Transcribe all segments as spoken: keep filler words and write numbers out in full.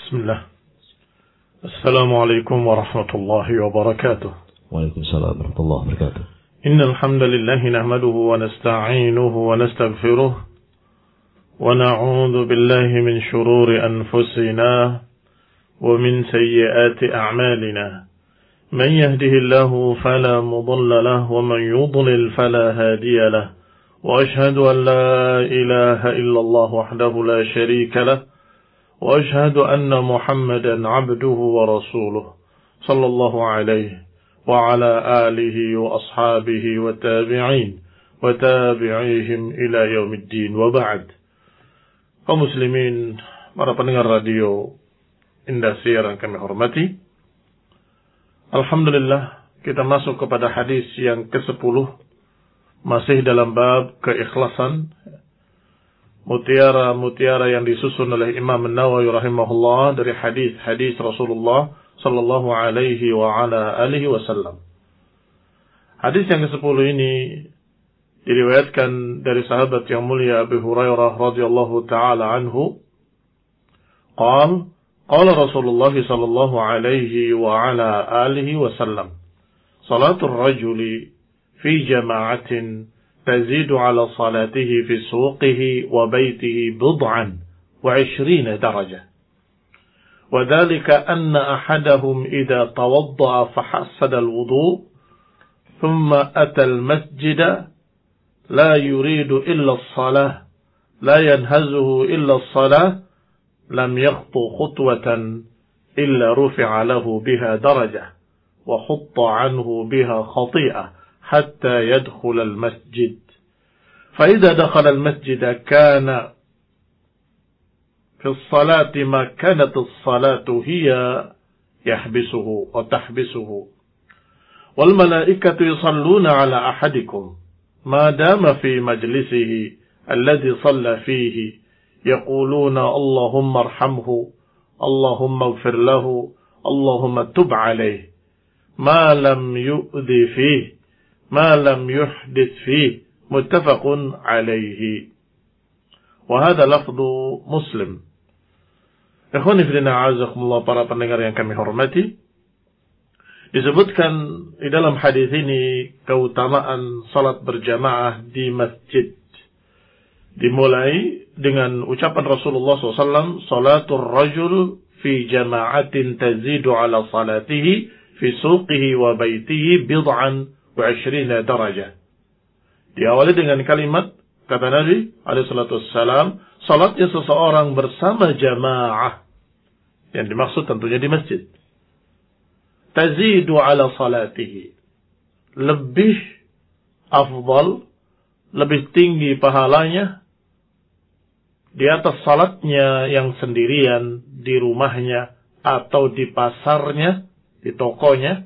بسم الله. السلام عليكم ورحمة الله وبركاته. وعليكم السلام ورحمة الله وبركاته. إن الحمد لله نحمده ونستعينه ونستغفره ونعوذ بالله من شرور أنفسنا ومن سيئات أعمالنا. من يهده الله فلا مضل له ومن يضلل فلا هادي له. وأشهد أن لا إله إلا الله وحده لا شريك له. وأشهد أن محمدا عبده ورسوله صلى الله عليه وعلى آله وأصحابه والتابعين وتابعيهم إلى يوم الدين وبعد. kaum muslimin, para pendengar radio Indosiar yang kami hormati, alhamdulillah kita masuk kepada hadis yang kesepuluh, masih dalam bab keikhlasan, mutiara-mutiara yang disusun oleh Imam An-Nawawi rahimahullah dari hadis-hadis Rasulullah sallallahu alaihi wa ala alihi wasallam. Hadis yang kesepuluh ini diriwayatkan dari sahabat yang mulia Abu Hurairah radhiyallahu taala anhu. Qala qala Rasulullah sallallahu alaihi wa ala alihi wasallam, salatul rajuli fi jama'atin تزيد على صلاته في سوقه وبيته بضعا وعشرين درجة، وذلك أن أحدهم إذا توضأ فحسن الوضوء ثم أتى المسجد لا يريد إلا الصلاة لا ينهزه إلا الصلاة لم يخطو خطوة إلا رفع له بها درجة وحط عنه بها خطيئة حتى يدخل المسجد، فإذا دخل المسجد كان في الصلاة ما كانت الصلاة هي يحبسه وتحبسه، والملائكة يصلون على أحدكم ما دام في مجلسه الذي صلى فيه يقولون اللهم ارحمه اللهم اغفر له اللهم تب عليه ما لم يؤذي فيه ما لم يحدث فيه، متفق عليه. وهذا لفظ Muslim. Ikhwani fillah azakumullah, para pendengar yang kami hormati, disebutkan di dalam hadis ini keutamaan salat berjamaah di masjid. Dimulai dengan ucapan Rasulullah shallallahu alaihi wasallam, salatul rajul fi jama'atin tazidu ala salatihi fi suqihi wa baitihi bid'an wa ishrina darajah. Diawali dengan kalimat, kata Nabi alaihi salatu wassalam, salatnya seseorang bersama jamaah, yang dimaksud tentunya di masjid. Tazidu ala salatihi, lebih afdal, lebih tinggi pahalanya di atas salatnya yang sendirian di rumahnya atau di pasarnya, di tokonya.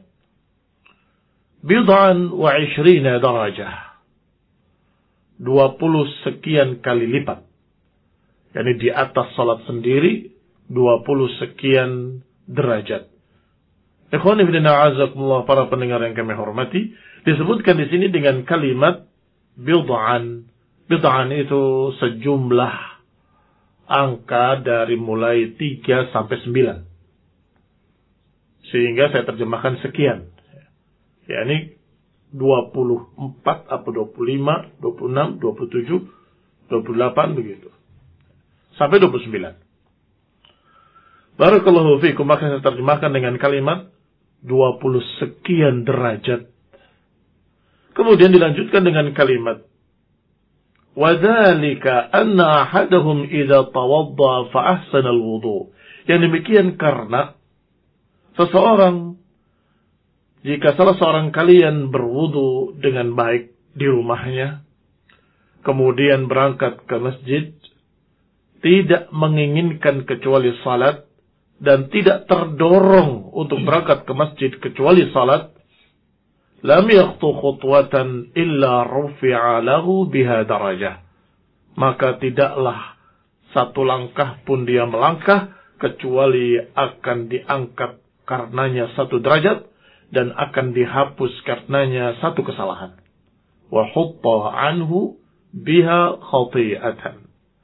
Bid'an wa ishrina darajah, dua puluh sekian kali lipat, yakni di atas salat sendiri dua puluh sekian derajat. Ikhwani fillah azakumullah, para pendengar yang kami hormati, disebutkan di sini dengan kalimat bid'an. Bid'an itu sejumlah angka dari mulai tiga sampai sembilan, sehingga saya terjemahkan sekian, yakni dua puluh empat atau dua puluh lima, dua puluh enam, dua puluh tujuh, dua puluh delapan begitu, sampai dua puluh sembilan. Barakallahu fiikum, maka saya terjemahkan dengan kalimat dua puluh sekian derajat. Kemudian dilanjutkan dengan kalimat wadzalika anna ahadahum idza tawadda fa ahsana alwudu. Yang demikian karena seseorang, jika salah seorang kalian berwudu dengan baik di rumahnya, kemudian berangkat ke masjid, tidak menginginkan kecuali salat, dan tidak terdorong untuk berangkat ke masjid kecuali salat, lam yakhtu khutwatan illa rufi'a lahu biha darajah. Maka tidaklah satu langkah pun dia melangkah, kecuali akan diangkat karenanya satu derajat, dan akan dihapus karenanya satu kesalahan. Wa hutta anhu biha khati'atan.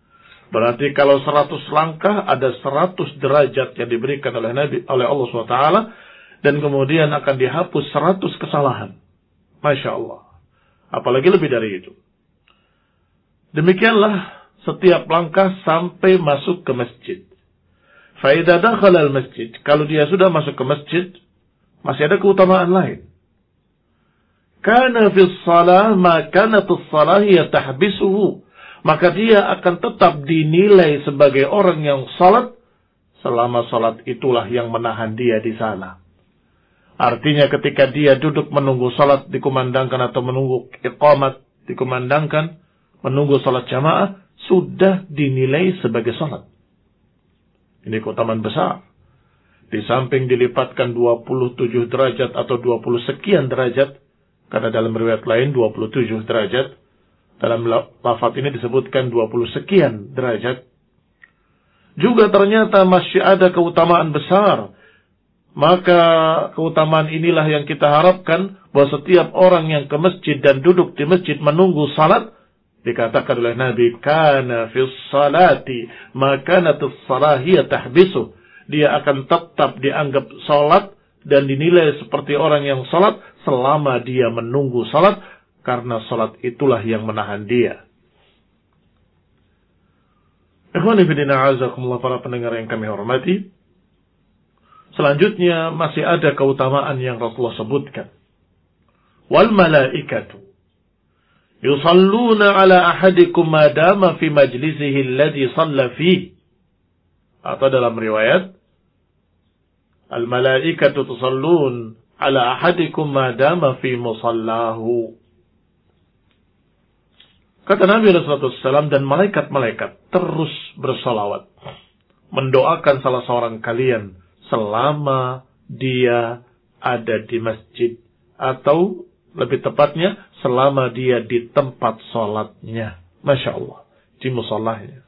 Berarti kalau seratus langkah ada seratus derajat yang diberikan oleh Nabi, oleh Allah subhanahu wa taala, dan kemudian akan dihapus seratus kesalahan. Masya Allah. Apalagi lebih dari itu. Demikianlah setiap langkah sampai masuk ke masjid. Fa idza dakhala al-masjid, kalau dia sudah masuk ke masjid, masih ada keutamaan lain. Kana fi shalah ma kanat as-shalah tahbisuhu. Maka dia akan tetap dinilai sebagai orang yang salat selama salat itulah yang menahan dia di sana. Artinya ketika dia duduk menunggu salat dikumandangkan atau menunggu iqamat dikumandangkan, menunggu salat jamaah, sudah dinilai sebagai salat. Ini keutamaan besar. Di samping dilipatkan dua puluh tujuh derajat atau dua puluh sekian derajat, karena dalam riwayat lain dua puluh tujuh derajat, dalam lafaz ini disebutkan dua puluh sekian derajat. Juga ternyata masih ada keutamaan besar. Maka keutamaan inilah yang kita harapkan, bahwa setiap orang yang ke masjid dan duduk di masjid menunggu salat, dikatakan oleh Nabi, kana fis salati ma kanatus salahiyah tahbisu. Dia akan tetap dianggap salat dan dinilai seperti orang yang salat selama dia menunggu salat, karena salat itulah yang menahan dia. Ikhwani fillah a'azakumullah, para pendengar yang kami hormati. Selanjutnya masih ada keutamaan yang Rasulullah sebutkan. Wal malaikatu yusalluna ala ahadikum ma dama fi majlisihi alladhi shalla fihi. Atau dalam riwayat, al malaikatu tusallun ala ahadikum ma dama fi musallahu. Kata Nabi shallallahu alaihi wasallam, dan malaikat-malaikat terus bersalawat, mendoakan salah seorang kalian selama dia ada di masjid, atau lebih tepatnya selama dia di tempat sholatnya. Masya Allah, di musallahnya.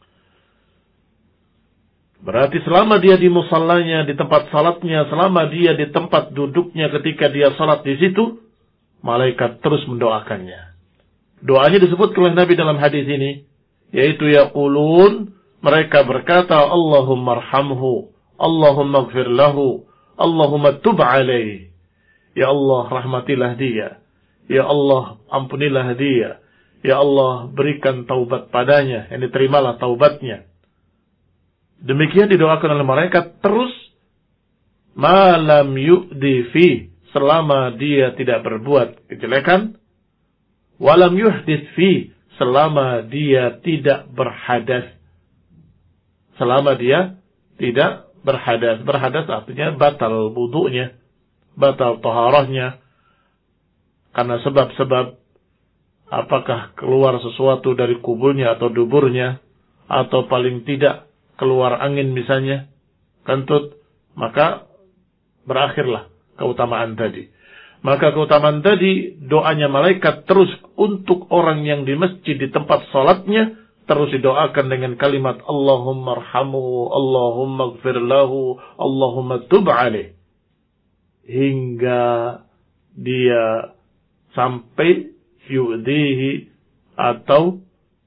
Berarti selama dia di musallahnya, di tempat sholatnya, selama dia di tempat duduknya ketika dia sholat di situ, malaikat terus mendoakannya. Doanya disebut oleh Nabi dalam hadis ini, yaitu yaqulun, mereka berkata, Allahumma arhamhu, Allahumma ighfir lahu, Allahumma tub alaih. Ya Allah, rahmatilah dia. Ya Allah, ampunilah dia. Ya Allah, berikan taubat padanya, yang diterimalah taubatnya. Demikian didoakan oleh malaikat terus, malam yu'di fi, selama dia tidak berbuat kejelekan, walam yuhdits fi, selama dia tidak berhadas. Selama dia tidak berhadas. Berhadas artinya batal wudunya, batal taharahnya, karena sebab-sebab, apakah keluar sesuatu dari kuburnya atau duburnya, atau paling tidak keluar angin misalnya, kentut, maka berakhirlah keutamaan tadi. Maka keutamaan tadi, doanya malaikat terus untuk orang yang di masjid di tempat salatnya, terus didoakan dengan kalimat Allahumma arhamhu, Allahumma ighfir lahu, Allahumma tub alaih. Hingga dia sampai yu'dihi, atau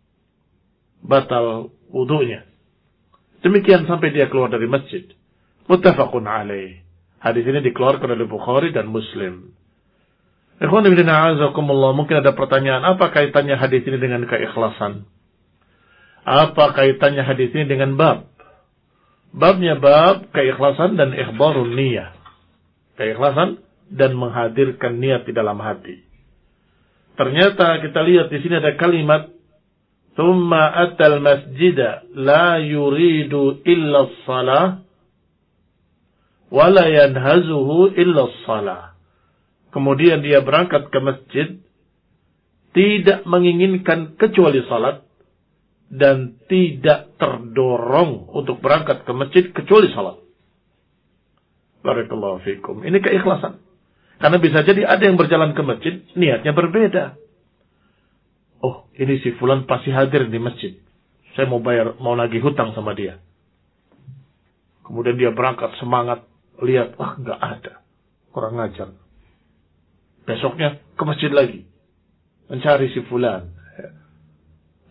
batal wudunya. Demikian sampai dia keluar dari masjid. Muttafaqun alaih. Hadis ini dikeluarkan oleh Bukhari dan Muslim. Ikhwan fillah a'azakumullah, mungkin ada pertanyaan, apa kaitannya hadis ini dengan keikhlasan? Apa kaitannya hadis ini dengan bab? Babnya bab keikhlasan dan ikhbarun niyah. Keikhlasan dan menghadirkan niat di dalam hati. Ternyata kita lihat di sini ada kalimat thumma atal masjida la yuridu illa as-salah wa la yanhazuhu illa as-salah. Kemudian dia berangkat ke masjid, tidak menginginkan kecuali salat, dan tidak terdorong untuk berangkat ke masjid kecuali salat. Barakallahu fikum. Ini keikhlasan. Karena bisa jadi ada yang berjalan ke masjid, niatnya berbeda. Oh, ini si fulan pasti hadir di masjid. Saya mau bayar, mau nagih hutang sama dia. Kemudian dia berangkat semangat, lihat, wah nggak ada, kurang ngajar. Besoknya ke masjid lagi, mencari si fulan.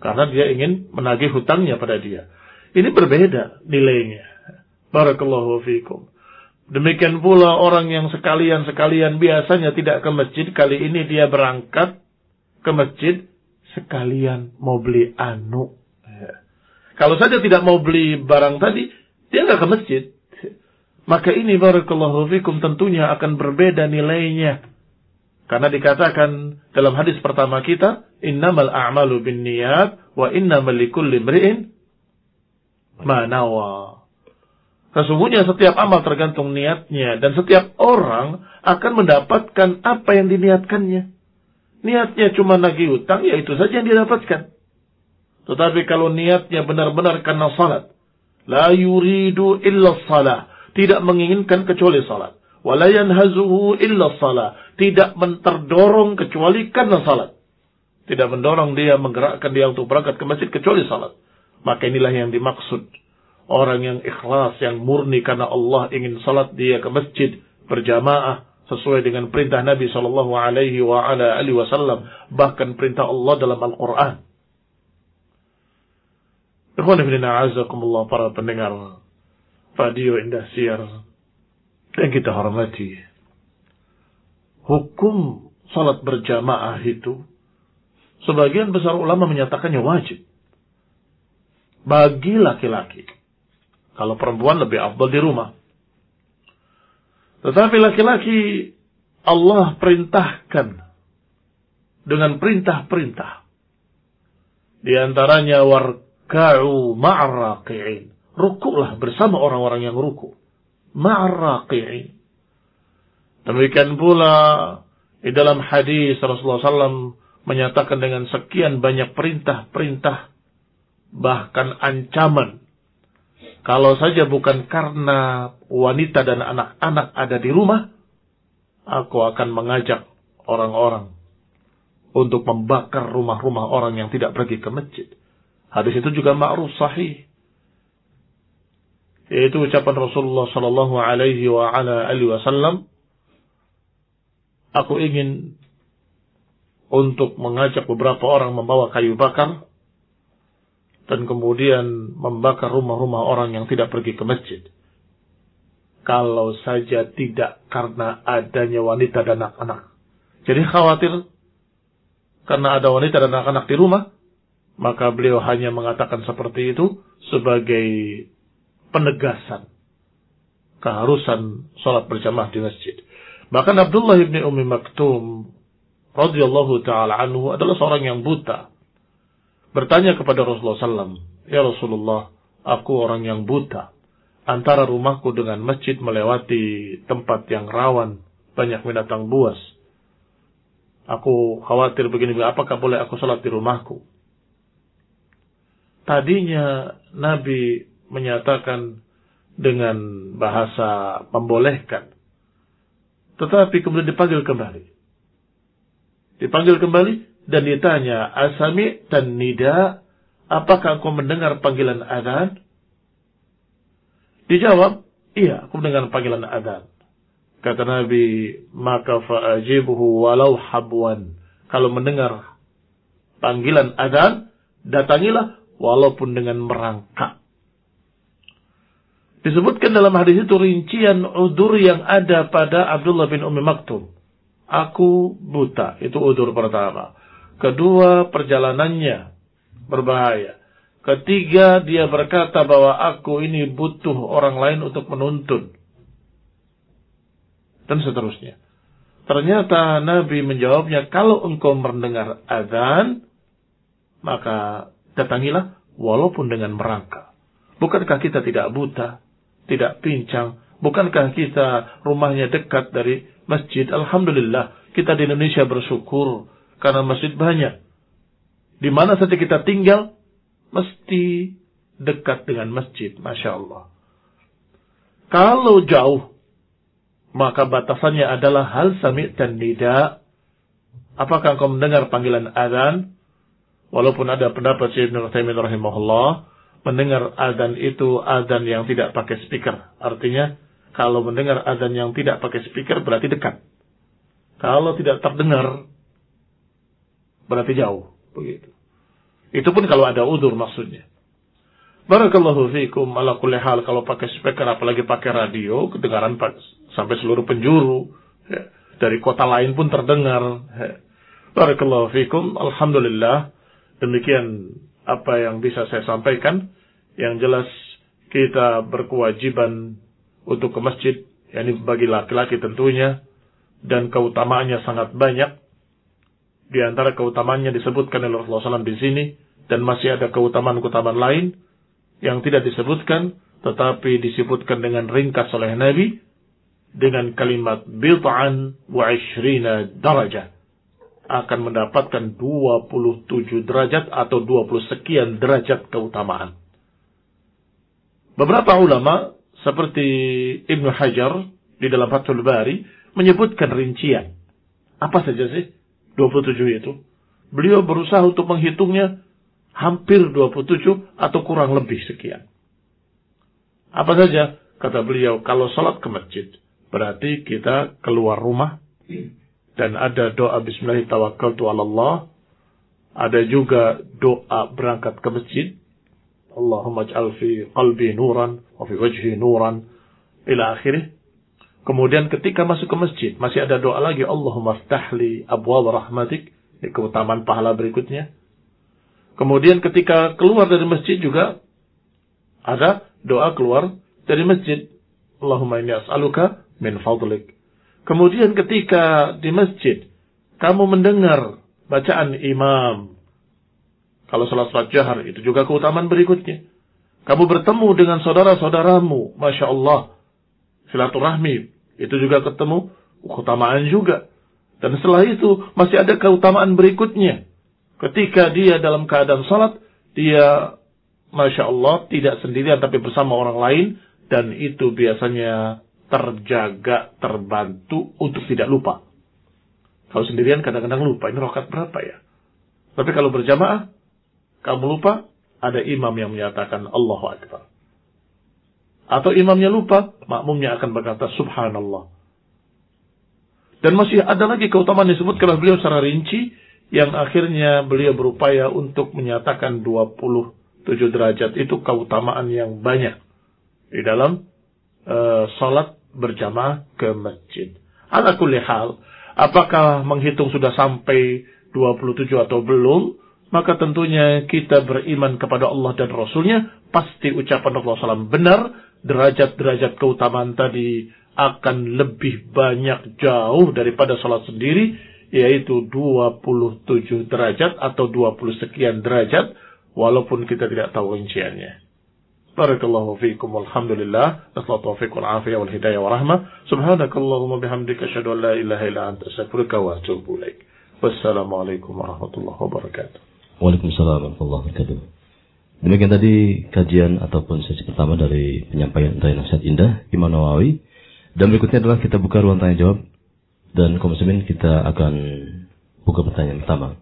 Karena dia ingin menagih hutangnya pada dia. Ini berbeda nilainya. Barakallahu fikum. Demikian pula orang yang sekalian-sekalian biasanya tidak ke masjid. Kali ini dia berangkat ke masjid sekalian mau beli anu. Ya. Kalau saja tidak mau beli barang tadi, dia nggak ke masjid. Maka ini barakallahu fikum tentunya akan berbeda nilainya. Karena dikatakan dalam hadis pertama kita, innamal a'malu binniyat wa innamal likulli imri'in ma nawa. Sesungguhnya setiap amal tergantung niatnya dan setiap orang akan mendapatkan apa yang diniatkannya. Niatnya cuma nagih hutang, ya itu saja yang dia dapatkan. Tetapi kalau niatnya benar-benar karena salat, la yuridu illa salat, tidak menginginkan kecuali salat. Wala yanhazuhu illa salat, tidak menterdorong kecuali karena salat. Tidak mendorong dia, menggerakkan dia untuk berangkat ke masjid kecuali salat. Maka inilah yang dimaksud. Orang yang ikhlas, yang murni karena Allah ingin salat dia ke masjid berjamaah sesuai dengan perintah Nabi sallallahu alaihi wa ala alihi wasallam, bahkan perintah Allah dalam Al-Qur'an. Ikhwan fillah azakumullah, para pendengar radio Indah Siar yang kita hormati. Hukum salat berjamaah itu sebagian besar ulama menyatakannya wajib bagi laki-laki. Kalau perempuan lebih afdal di rumah. Tetapi laki-laki Allah perintahkan dengan perintah-perintah. Di antaranya warka'u ma'arraqi'in. Rukuklah bersama orang-orang yang ruku. Ma'arraqi'in. Demikian pula di dalam hadis Rasulullah sallallahu alaihi wasallam menyatakan dengan sekian banyak perintah-perintah, bahkan ancaman. Kalau saja bukan karena wanita dan anak-anak ada di rumah, aku akan mengajak orang-orang untuk membakar rumah-rumah orang yang tidak pergi ke masjid. Hadis itu juga ma'ruf sahih. Yaitu ucapan Rasulullah sallallahu alaihi wa ala alihi wasallam, aku ingin untuk mengajak beberapa orang membawa kayu bakar dan kemudian membakar rumah-rumah orang yang tidak pergi ke masjid. Kalau saja tidak karena adanya wanita dan anak-anak. Jadi khawatir karena ada wanita dan anak-anak di rumah, maka beliau hanya mengatakan seperti itu sebagai penegasan keharusan salat berjamaah di masjid. Bahkan Abdullah bin Ummi Maktum radhiyallahu taala anhu adalah seorang yang buta. Bertanya kepada Rasulullah sallallahu alaihi wasallam, "Ya Rasulullah, aku orang yang buta. Antara rumahku dengan masjid melewati tempat yang rawan, banyak binatang buas. Aku khawatir begini, apakah boleh aku salat di rumahku?" Tadinya Nabi menyatakan dengan bahasa membolehkan. Tetapi kemudian dipanggil kembali. Dipanggil kembali. Dan ditanya, asami dan nida, apakah engkau mendengar panggilan adzan? Dijawab, iya, aku mendengar panggilan adzan. Kata Nabi, maka fa'ajibuhu walau habwan. Kalau mendengar panggilan adzan, datangilah walaupun dengan merangkak. Disebutkan dalam hadis itu rincian udur yang ada pada Abdullah bin Ummi Maktum. Aku buta, itu udur pertama. Kedua, perjalanannya berbahaya. Ketiga, dia berkata bahwa aku ini butuh orang lain untuk menuntun. Dan seterusnya. Ternyata Nabi menjawabnya, kalau engkau mendengar azan, maka datangilah walaupun dengan merangkak. Bukankah kita tidak buta, tidak pincang? Bukankah kita rumahnya dekat dari masjid? Alhamdulillah, kita di Indonesia bersyukur karena masjid banyak. Di mana saja kita tinggal, mesti dekat dengan masjid. Masya Allah. Kalau jauh, maka batasannya adalah hal sami' dan nida. Apakah engkau mendengar panggilan azan? Walaupun ada pendapat Syekh Ibnu Utsaimin rahimahullah, mendengar azan itu azan yang tidak pakai speaker. Artinya, kalau mendengar azan yang tidak pakai speaker berarti dekat. Kalau tidak terdengar, berarti jauh. Begitu. Itu pun kalau ada udzur maksudnya. Barakallahu fiikum, ala kulli hal, kalau pakai speaker apalagi pakai radio, kedengaran sampai seluruh penjuru, ya, dari kota lain pun terdengar. Ya. Barakallahu fiikum, alhamdulillah, demikian apa yang bisa saya sampaikan. Yang jelas kita berkewajiban untuk ke masjid, yakni bagi laki-laki tentunya, dan keutamaannya sangat banyak. Di antara keutamaannya disebutkan oleh Rasulullah shallallahu alaihi wasallam di sini, dan masih ada keutamaan-keutamaan lain yang tidak disebutkan, tetapi disebutkan dengan ringkas oleh Nabi dengan kalimat bid'an wa ishrina darajah, akan mendapatkan dua puluh tujuh derajat atau dua puluh sekian derajat keutamaan. Beberapa ulama seperti Ibnu Hajar di dalam Fathul Bari menyebutkan rincian. Apa saja sih dua puluh tujuh itu? Beliau berusaha untuk menghitungnya hampir dua puluh tujuh atau kurang lebih sekian. Apa saja? Kata beliau, kalau sholat ke masjid, berarti kita keluar rumah, dan ada doa bismillah tawakkaltu 'ala Allah. Ada juga doa berangkat ke masjid. Allahumma ij'al fi qalbi nuran, wa fi wajhi nuran, ila akhirih. Kemudian ketika masuk ke masjid, masih ada doa lagi, Allahumma ftahli abwaab rahmatik, ini keutamaan pahala berikutnya. Kemudian ketika keluar dari masjid juga ada doa keluar dari masjid. Allahumma inni as'aluka min fadlik. Kemudian ketika di masjid kamu mendengar bacaan imam, kalau salat-salat jahar, itu juga keutamaan berikutnya. Kamu bertemu dengan saudara-saudaramu, Masya Allah, silaturahmi, itu juga ketemu, keutamaan juga. Dan setelah itu masih ada keutamaan berikutnya. Ketika dia dalam keadaan salat, dia Masya Allah tidak sendirian tapi bersama orang lain, dan itu biasanya terjaga, terbantu untuk tidak lupa. Kalau sendirian kadang-kadang lupa, ini rakaat berapa ya? Tapi kalau berjamaah, kamu lupa, ada imam yang menyatakan Allahu Akbar. Atau imamnya lupa, makmumnya akan berkata Subhanallah. Dan masih ada lagi keutamaan disebutkan oleh beliau secara rinci, yang akhirnya beliau berupaya untuk menyatakan dua puluh tujuh derajat itu keutamaan yang banyak di dalam uh, salat berjamaah ke masjid. Ala kulli hal, apakah menghitung sudah sampai dua puluh tujuh atau belum, maka tentunya kita beriman kepada Allah dan Rasulnya, pasti ucapan Rasulullah shallallahu alaihi wasallam benar, derajat-derajat keutamaan tadi akan lebih banyak jauh daripada salat sendiri, yaitu dua puluh tujuh derajat atau dua puluh sekian derajat, walaupun kita tidak tahu rinciannya. Barakallahu fiikum walhamdulillah, nasallahu taufiq wal afiyah wal hidayah wa rahmah. Subhanakallahumma bihamdika asyhadu an la ilaha illa anta astaghfiruka wa atubu ilaik. Wassalamualaikum warahmatullahi wabarakatuh. Waalaikumsalam warahmatullahi wabarakatuh. Demikian tadi kajian ataupun sesi pertama dari penyampaian dari nasihat indah Imam Nawawi. Dan berikutnya adalah kita buka ruang tanya jawab. Dan kaum muslimin, kita akan buka pertanyaan pertama.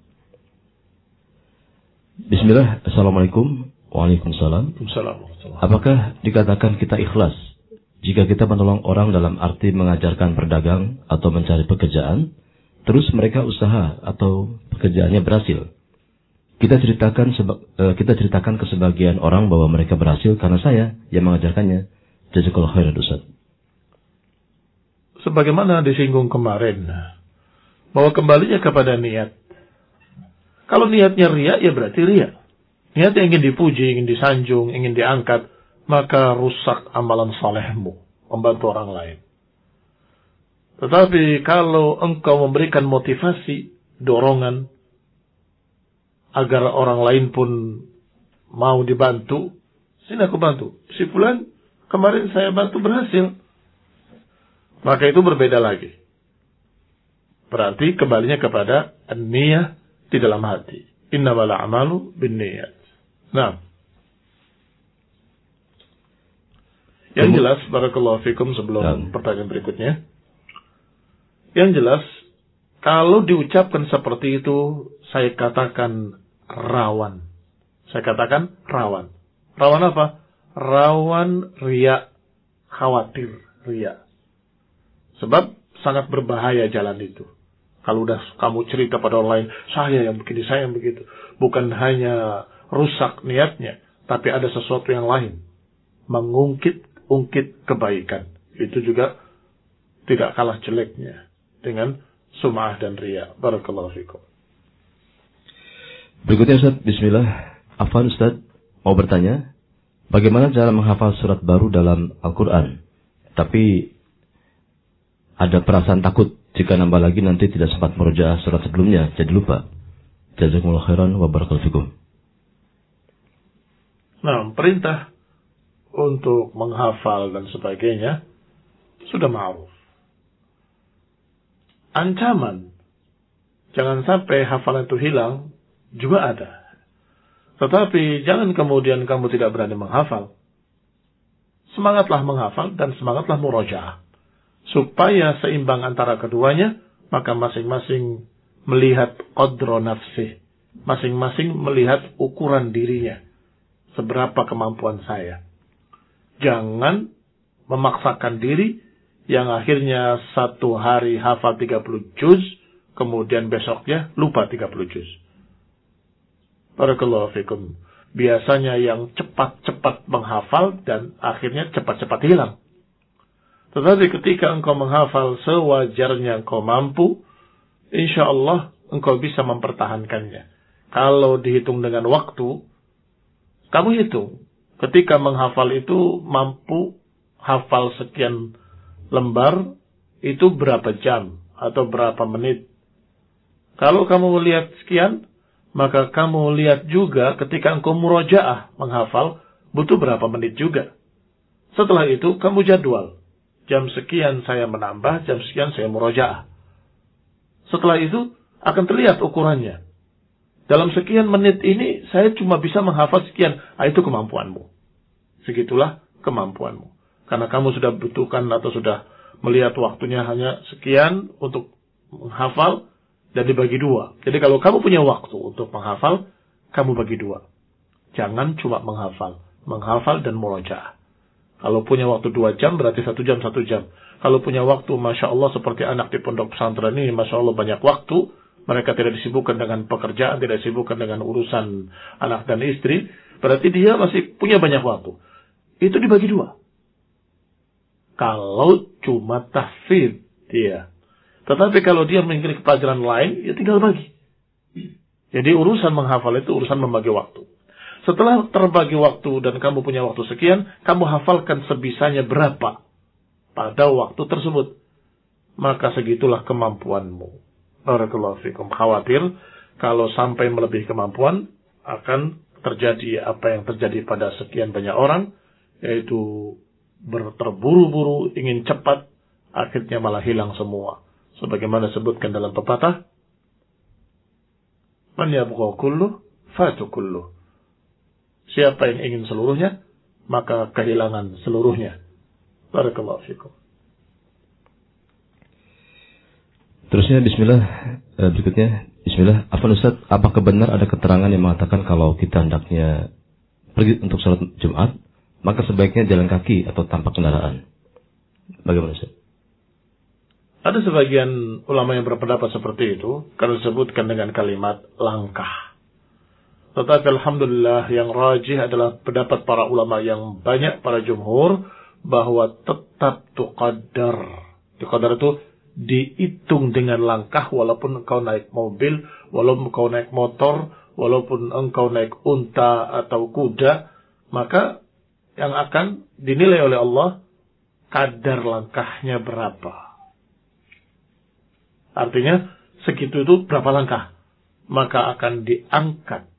Bismillah, Assalamualaikum. Waalaikumsalam. Apakah dikatakan kita ikhlas jika kita menolong orang dalam arti mengajarkan berdagang atau mencari pekerjaan, terus mereka usaha atau pekerjaannya berhasil? Kita ceritakan seba- kita ceritakan ke sebagian orang bahwa mereka berhasil karena saya yang mengajarkannya. Jazakallahu khairan Ustaz. Sebagaimana disinggung kemarin, bahwa kembalinya kepada niat. Kalau niatnya riya, ya berarti riya. Niatnya ingin dipuji, ingin disanjung, ingin diangkat, maka rusak amalan salehmu, membantu orang lain. Tetapi kalau engkau memberikan motivasi, dorongan, agar orang lain pun mau dibantu, sini aku bantu. Si fulan, kemarin saya bantu berhasil. Maka itu berbeda lagi. Berarti kembalinya kepada an-niyah di dalam hati. Innamal a'malu binniyat. Nah. Yang jelas, barakallahu fikum, sebelum nah. pertanyaan berikutnya. Yang jelas, kalau diucapkan seperti itu, saya katakan rawan. Saya katakan rawan. Rawan apa? Rawan riya, khawatir riya. Sebab sangat berbahaya jalan itu. Kalau udah kamu cerita pada orang lain, saya yang begini, saya yang begitu. Bukan hanya rusak niatnya, tapi ada sesuatu yang lain. Mengungkit-ungkit kebaikan. Itu juga tidak kalah jeleknya dengan sum'ah dan riya. Barakallahu fikum. Berikutnya Ustaz, bismillah. Afwan Ustaz, mau bertanya, bagaimana cara menghafal surat baru dalam Al-Quran? Tapi ada perasaan takut jika nambah lagi nanti tidak sempat merujaah surat sebelumnya, jadi lupa. Jazakumullah khairan wa barakallahu fikum. Nah, perintah untuk menghafal dan sebagainya sudah ma'ruf. Ancaman jangan sampai hafalan itu hilang juga ada. Tetapi jangan kemudian kamu tidak berani menghafal. Semangatlah menghafal dan semangatlah murojaah. Supaya seimbang antara keduanya, maka masing-masing melihat qadra nafsih. Masing-masing melihat ukuran dirinya. Seberapa kemampuan saya. Jangan memaksakan diri yang akhirnya satu hari hafal tiga puluh juz, kemudian besoknya lupa tiga puluh juz. Barakallahu fikum. Biasanya yang cepat-cepat menghafal dan akhirnya cepat-cepat hilang. Tetapi ketika engkau menghafal sewajarnya engkau mampu, insya Allah engkau bisa mempertahankannya. Kalau dihitung dengan waktu, kamu hitung. Ketika menghafal itu mampu hafal sekian lembar, itu berapa jam atau berapa menit. Kalau kamu melihat sekian, maka kamu lihat juga ketika engkau murojaah menghafal, butuh berapa menit juga. Setelah itu kamu jadwal. Jam sekian saya menambah, jam sekian saya murojaah. Setelah itu akan terlihat ukurannya. Dalam sekian menit ini saya cuma bisa menghafal sekian. Ah, itu kemampuanmu. Segitulah kemampuanmu. Karena kamu sudah butuhkan atau sudah melihat waktunya hanya sekian untuk menghafal dan dibagi dua. Jadi kalau kamu punya waktu untuk menghafal, kamu bagi dua. Jangan cuma menghafal. Menghafal dan murojaah. Kalau punya waktu dua jam, berarti satu jam, satu jam. Kalau punya waktu, Masya Allah, seperti anak di pondok pesantren ini, Masya Allah banyak waktu. Mereka tidak disibukkan dengan pekerjaan, tidak disibukkan dengan urusan anak dan istri. Berarti dia masih punya banyak waktu. Itu dibagi dua. Kalau cuma tahfidz, dia. Tetapi kalau dia mengikuti pelajaran lain, ya tinggal bagi. Jadi urusan menghafal itu urusan membagi waktu. Setelah terbagi waktu dan kamu punya waktu sekian, kamu hafalkan sebisanya berapa pada waktu tersebut. Maka segitulah kemampuanmu. Barakallahu fikum. Khawatir kalau sampai melebihi kemampuan, akan terjadi apa yang terjadi pada sekian banyak orang, yaitu berterburu-buru, ingin cepat, akhirnya malah hilang semua. Sebagaimana disebutkan dalam pepatah, man yabgha kulluh fatu kulluh. Siapa yang ingin seluruhnya, maka kehilangan seluruhnya. Barakallahu fikum. Terusnya bismillah, berikutnya bismillah. Afwan Ustaz, apakah benar ada keterangan yang mengatakan kalau kita hendaknya pergi untuk salat Jumat, maka sebaiknya jalan kaki atau tanpa kendaraan? Bagaimana Ustaz? Ada sebagian ulama yang berpendapat seperti itu, karena disebutkan dengan kalimat langkah. Tetapi alhamdulillah yang rajih adalah pendapat para ulama yang banyak, para jumhur, bahwa tetap tuqaddar. Tuqaddar itu dihitung dengan langkah, walaupun engkau naik mobil, walaupun engkau naik motor, walaupun engkau naik unta atau kuda, maka yang akan dinilai oleh Allah kadar langkahnya berapa. Artinya segitu itu berapa langkah, maka akan diangkat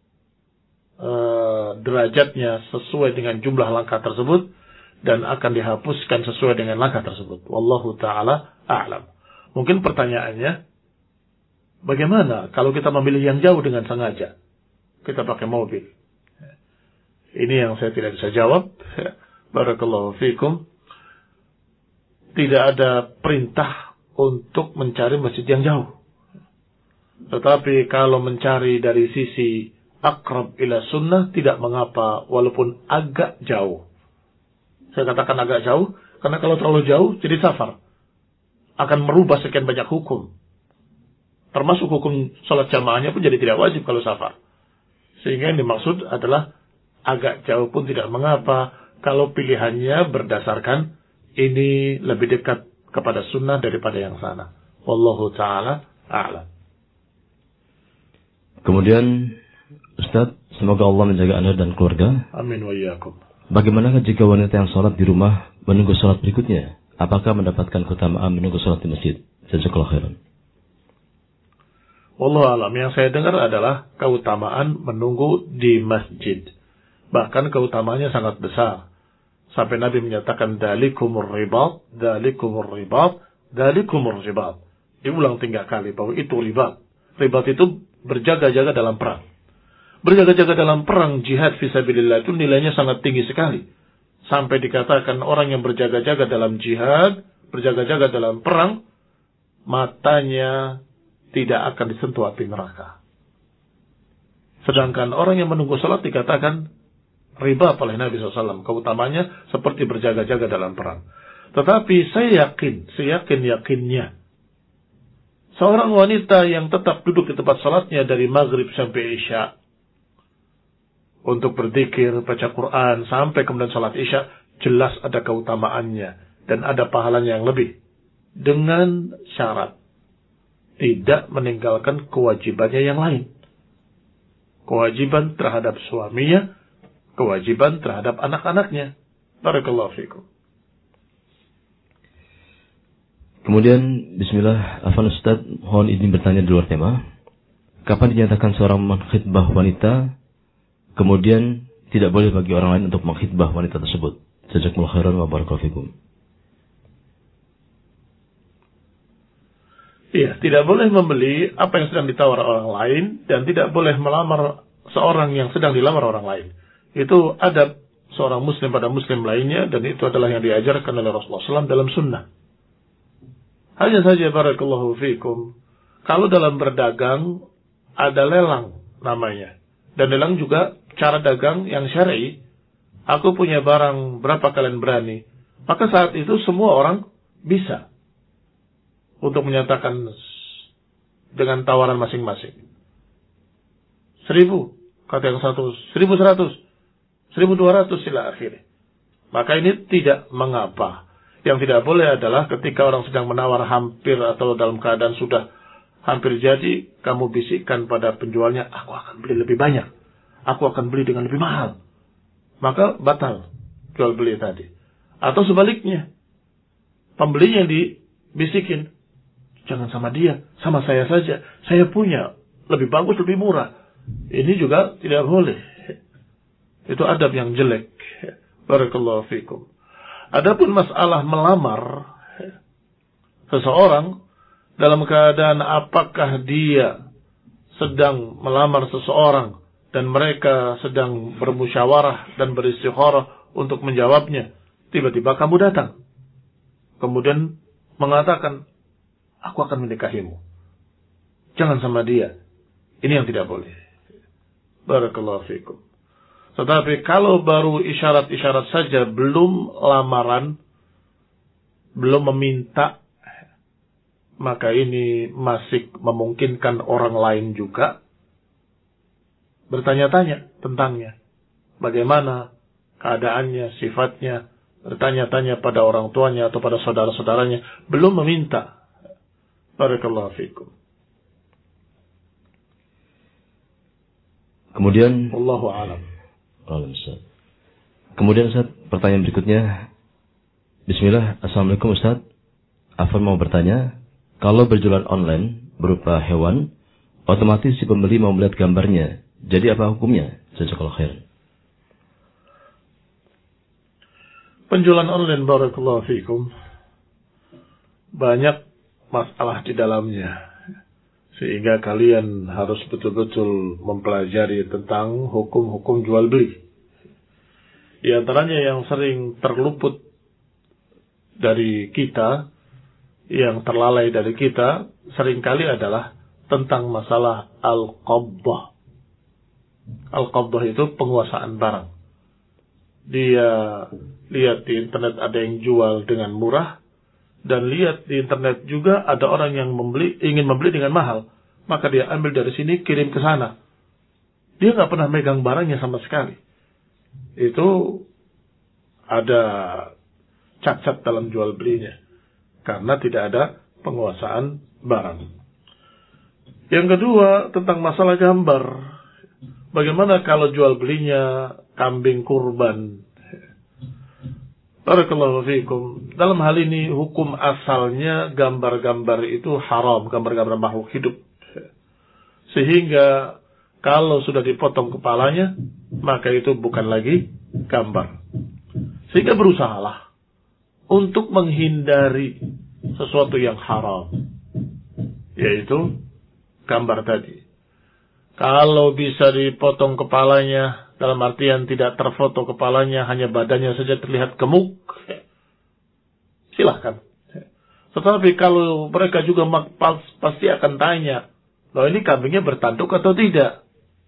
Uh, derajatnya sesuai dengan jumlah langkah tersebut dan akan dihapuskan sesuai dengan langkah tersebut. Wallahu ta'ala a'lam. Mungkin pertanyaannya, bagaimana kalau kita memilih yang jauh dengan sengaja? Kita pakai mobil. Ini yang saya tidak bisa jawab. Barakallahu fikum. Tidak ada perintah untuk mencari masjid yang jauh. Tetapi kalau mencari dari sisi akrab ila sunnah, tidak mengapa walaupun agak jauh. Saya katakan agak jauh karena kalau terlalu jauh jadi safar, akan merubah sekian banyak hukum. Termasuk hukum sholat jamaahnya pun jadi tidak wajib kalau safar. Sehingga yang dimaksud adalah agak jauh pun tidak mengapa kalau pilihannya berdasarkan ini lebih dekat kepada sunnah daripada yang sana. Wallahu ta'ala a'lam. Kemudian Ustaz, semoga Allah menjaga Anda dan keluarga. Amin wa iyyakum. Bagaimana jika wanita yang sholat di rumah menunggu sholat berikutnya? Apakah mendapatkan keutamaan menunggu sholat di masjid? Jazakallahu khairan. Wallahu a'lam. Yang saya dengar adalah keutamaan menunggu di masjid. Bahkan keutamaannya sangat besar. Sampai Nabi menyatakan dalikumur ribat, dalikumur ribat, dalikumur ribat. Diulang tiga kali bahwa itu ribat. Ribat itu berjaga-jaga dalam perang. Berjaga-jaga dalam perang jihad fisabilillah itu nilainya sangat tinggi sekali. Sampai dikatakan orang yang berjaga-jaga dalam jihad, berjaga-jaga dalam perang, matanya tidak akan disentuh api neraka. Sedangkan orang yang menunggu salat dikatakan riba oleh Nabi shallallahu alaihi wasallam. Keutamanya seperti berjaga-jaga dalam perang. Tetapi saya yakin, saya yakin-yakinnya, seorang wanita yang tetap duduk di tempat salatnya dari maghrib sampai isya, untuk berzikir, baca Quran, sampai kemudian salat isya, jelas ada keutamaannya. Dan ada pahalanya yang lebih. Dengan syarat tidak meninggalkan kewajibannya yang lain. Kewajiban terhadap suaminya, kewajiban terhadap anak-anaknya. Barakallahu fikum. Kemudian, bismillah, Afan Ustaz, mohon izin bertanya di luar tema. Kapan dinyatakan seorang mengkhitbah wanita, kemudian tidak boleh bagi orang lain untuk mengkhitbah wanita tersebut? Jazakumullahu khairan wa barakallahu fikum. Iya, tidak boleh membeli apa yang sedang ditawar orang lain dan tidak boleh melamar seorang yang sedang dilamar orang lain. Itu adab seorang muslim pada muslim lainnya dan itu adalah yang diajarkan oleh Rasulullah shallallahu alaihi wasallam dalam sunnah. Hanya saja barakallahu fikum, kalau dalam berdagang ada lelang namanya. Dan lelang juga cara dagang yang syar'i. Aku punya barang, berapa kalian berani? Maka saat itu semua orang bisa untuk menyatakan dengan tawaran masing-masing. Seribu, kata yang satu, seribu seratus, seribu dua ratus sila akhirnya. Maka ini tidak mengapa. Yang tidak boleh adalah ketika orang sedang menawar hampir atau dalam keadaan sudah hampir jadi, kamu bisikkan pada penjualnya, aku akan beli lebih banyak. Aku akan beli dengan lebih mahal. Maka batal jual beli tadi. Atau sebaliknya, pembeli yang dibisikin, jangan sama dia, sama saya saja. Saya punya, lebih bagus, lebih murah. Ini juga tidak boleh. Itu adab yang jelek. Barakallahu fikum. Adapun masalah melamar seseorang dalam keadaan apakah dia sedang melamar seseorang dan mereka sedang bermusyawarah dan beristikharah untuk menjawabnya, tiba-tiba kamu datang kemudian mengatakan, aku akan menikahimu, jangan sama dia. Ini yang tidak boleh. Barakallahu fikum. Tetapi kalau baru isyarat-isyarat saja, belum lamaran, belum meminta, maka ini masih memungkinkan orang lain juga bertanya-tanya tentangnya. Bagaimana keadaannya, sifatnya, bertanya-tanya pada orang tuanya atau pada saudara-saudaranya, belum meminta. Barakallahu fikum. Kemudian, Wallahu a'lam. Kemudian Ustaz, pertanyaan berikutnya. Bismillah, Assalamualaikum Ustaz. Afan mau bertanya, kalau berjualan online berupa hewan, otomatis si pembeli mau melihat gambarnya. Jadi apa hukumnya? Jazakallahu khairan. Penjualan online, barakallahu fikum, banyak masalah di dalamnya. Sehingga kalian harus betul-betul mempelajari tentang hukum-hukum jual beli. Di antaranya yang sering terluput dari kita, yang terlalai dari kita, seringkali adalah tentang masalah al-qabdah. Al-qabdah itu penguasaan barang. Dia lihat di internet ada yang jual dengan murah, dan lihat di internet juga ada orang yang membeli, ingin membeli dengan mahal. maka dia ambil dari sini, kirim ke sana. Dia nggak pernah megang barangnya sama sekali. Itu ada cacat dalam jual belinya, karena tidak ada penguasaan barang. Yang kedua, tentang masalah gambar. Bagaimana kalau jual belinya kambing kurban? Barakallahu fiikum. Dalam hal ini hukum asalnya gambar-gambar itu haram, gambar-gambar makhluk hidup. Sehingga kalau sudah dipotong kepalanya, maka itu bukan lagi gambar. Sehingga berusahalah untuk menghindari sesuatu yang haram, yaitu gambar tadi. Kalau bisa dipotong kepalanya, dalam artian tidak terfoto kepalanya, hanya badannya saja terlihat gemuk, silahkan. Tetapi kalau mereka juga pasti akan tanya, loh ini kambingnya bertanduk atau tidak?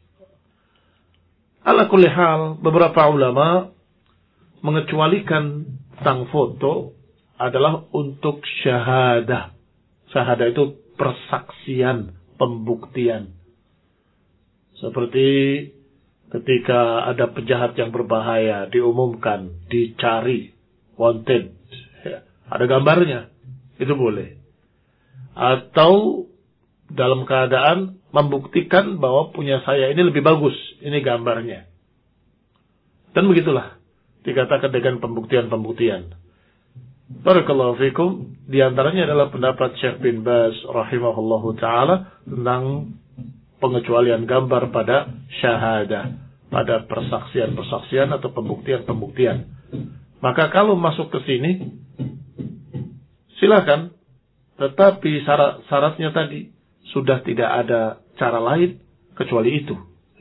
Ala kulli hal, beberapa ulama mengecualikan sang foto adalah untuk syahadah. Syahadah itu persaksian, pembuktian. Seperti ketika ada penjahat yang berbahaya, diumumkan, dicari, wanted, ada gambarnya, itu boleh. Atau dalam keadaan membuktikan bahwa punya saya ini lebih bagus, ini gambarnya. Dan begitulah dikatakan dengan pembuktian-pembuktian. Barakallahu fikum. Di antaranya adalah pendapat Syekh bin Baz rahimahullahu ta'ala tentang pengecualian gambar pada syahadah, pada persaksian-persaksian atau pembuktian-pembuktian. Maka kalau masuk ke sini, silakan. Tetapi syarat, syaratnya tadi sudah tidak ada cara lain kecuali itu.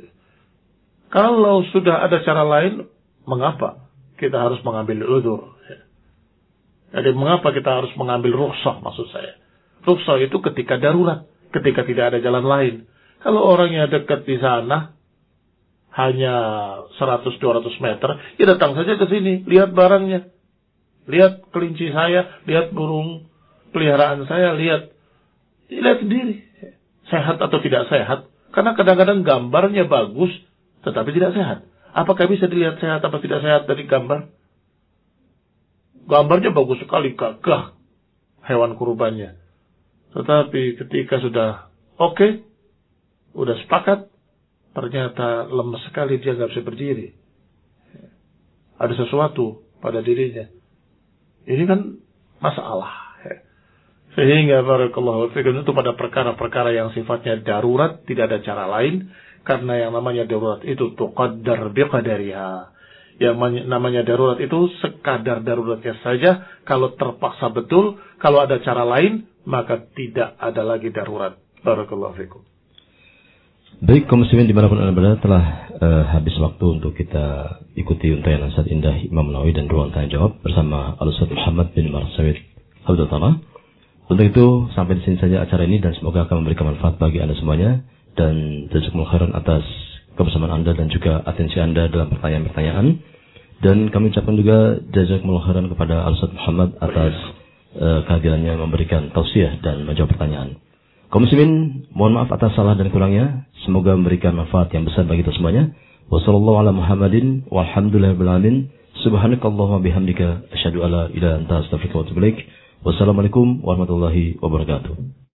Kalau sudah ada cara lain, mengapa kita harus mengambil udzur? Jadi mengapa kita harus mengambil rukhsah, maksud saya? Rukhsah itu ketika darurat, ketika tidak ada jalan lain. Kalau orangnya dekat di sana, hanya seratus dua ratus meter, ya datang saja ke sini, lihat barangnya. Lihat kelinci saya, lihat burung peliharaan saya, lihat. Lihat sendiri. Sehat atau tidak sehat. Karena kadang-kadang gambarnya bagus, tetapi tidak sehat. Apakah bisa dilihat sehat atau tidak sehat dari gambar? Gambarnya bagus sekali, gagah hewan kurbannya. Tetapi ketika sudah oke, okay, udah sepakat, ternyata lemes sekali, dia nggak bisa berdiri. Ada sesuatu pada dirinya. Ini kan masalah. Sehingga barakallahu fikum, itu pada perkara-perkara yang sifatnya darurat, tidak ada cara lain. Karena yang namanya darurat itu tuqaddar biqadariha. Yang namanya darurat itu sekadar daruratnya saja. Kalau terpaksa betul, kalau ada cara lain, maka tidak ada lagi darurat. Barakallahu fikum. Baik, kaum muslimin dimanapun anda berada, telah uh, habis waktu untuk kita ikuti untayan nasihat indah Imam Nawawi dan ruang tanya jawab bersama Al-Ustaz Muhammad bin Marsawid Abdul Tama. Untuk itu, sampai di sini saja acara ini dan semoga akan memberikan manfaat bagi anda semuanya. Dan jazakumullah khairan atas kebersamaan anda dan juga atensi anda dalam pertanyaan-pertanyaan. Dan kami ucapkan juga jazakumullah khairan kepada Al-Ustaz Muhammad atas uh, kehadirannya memberikan tausiah dan menjawab pertanyaan. Kaum muslimin, mohon maaf atas salah dan kurangnya. Semoga memberikan manfaat yang besar bagi kita semuanya. Wassallallahu ala Muhammadin walhamdulillahirabbil alamin. Subhanakallahumma bihamdika asyhadu alla ilaha illa anta astaghfiruka wa atubu ilaik. Wassalamualaikum warahmatullahi wabarakatuh.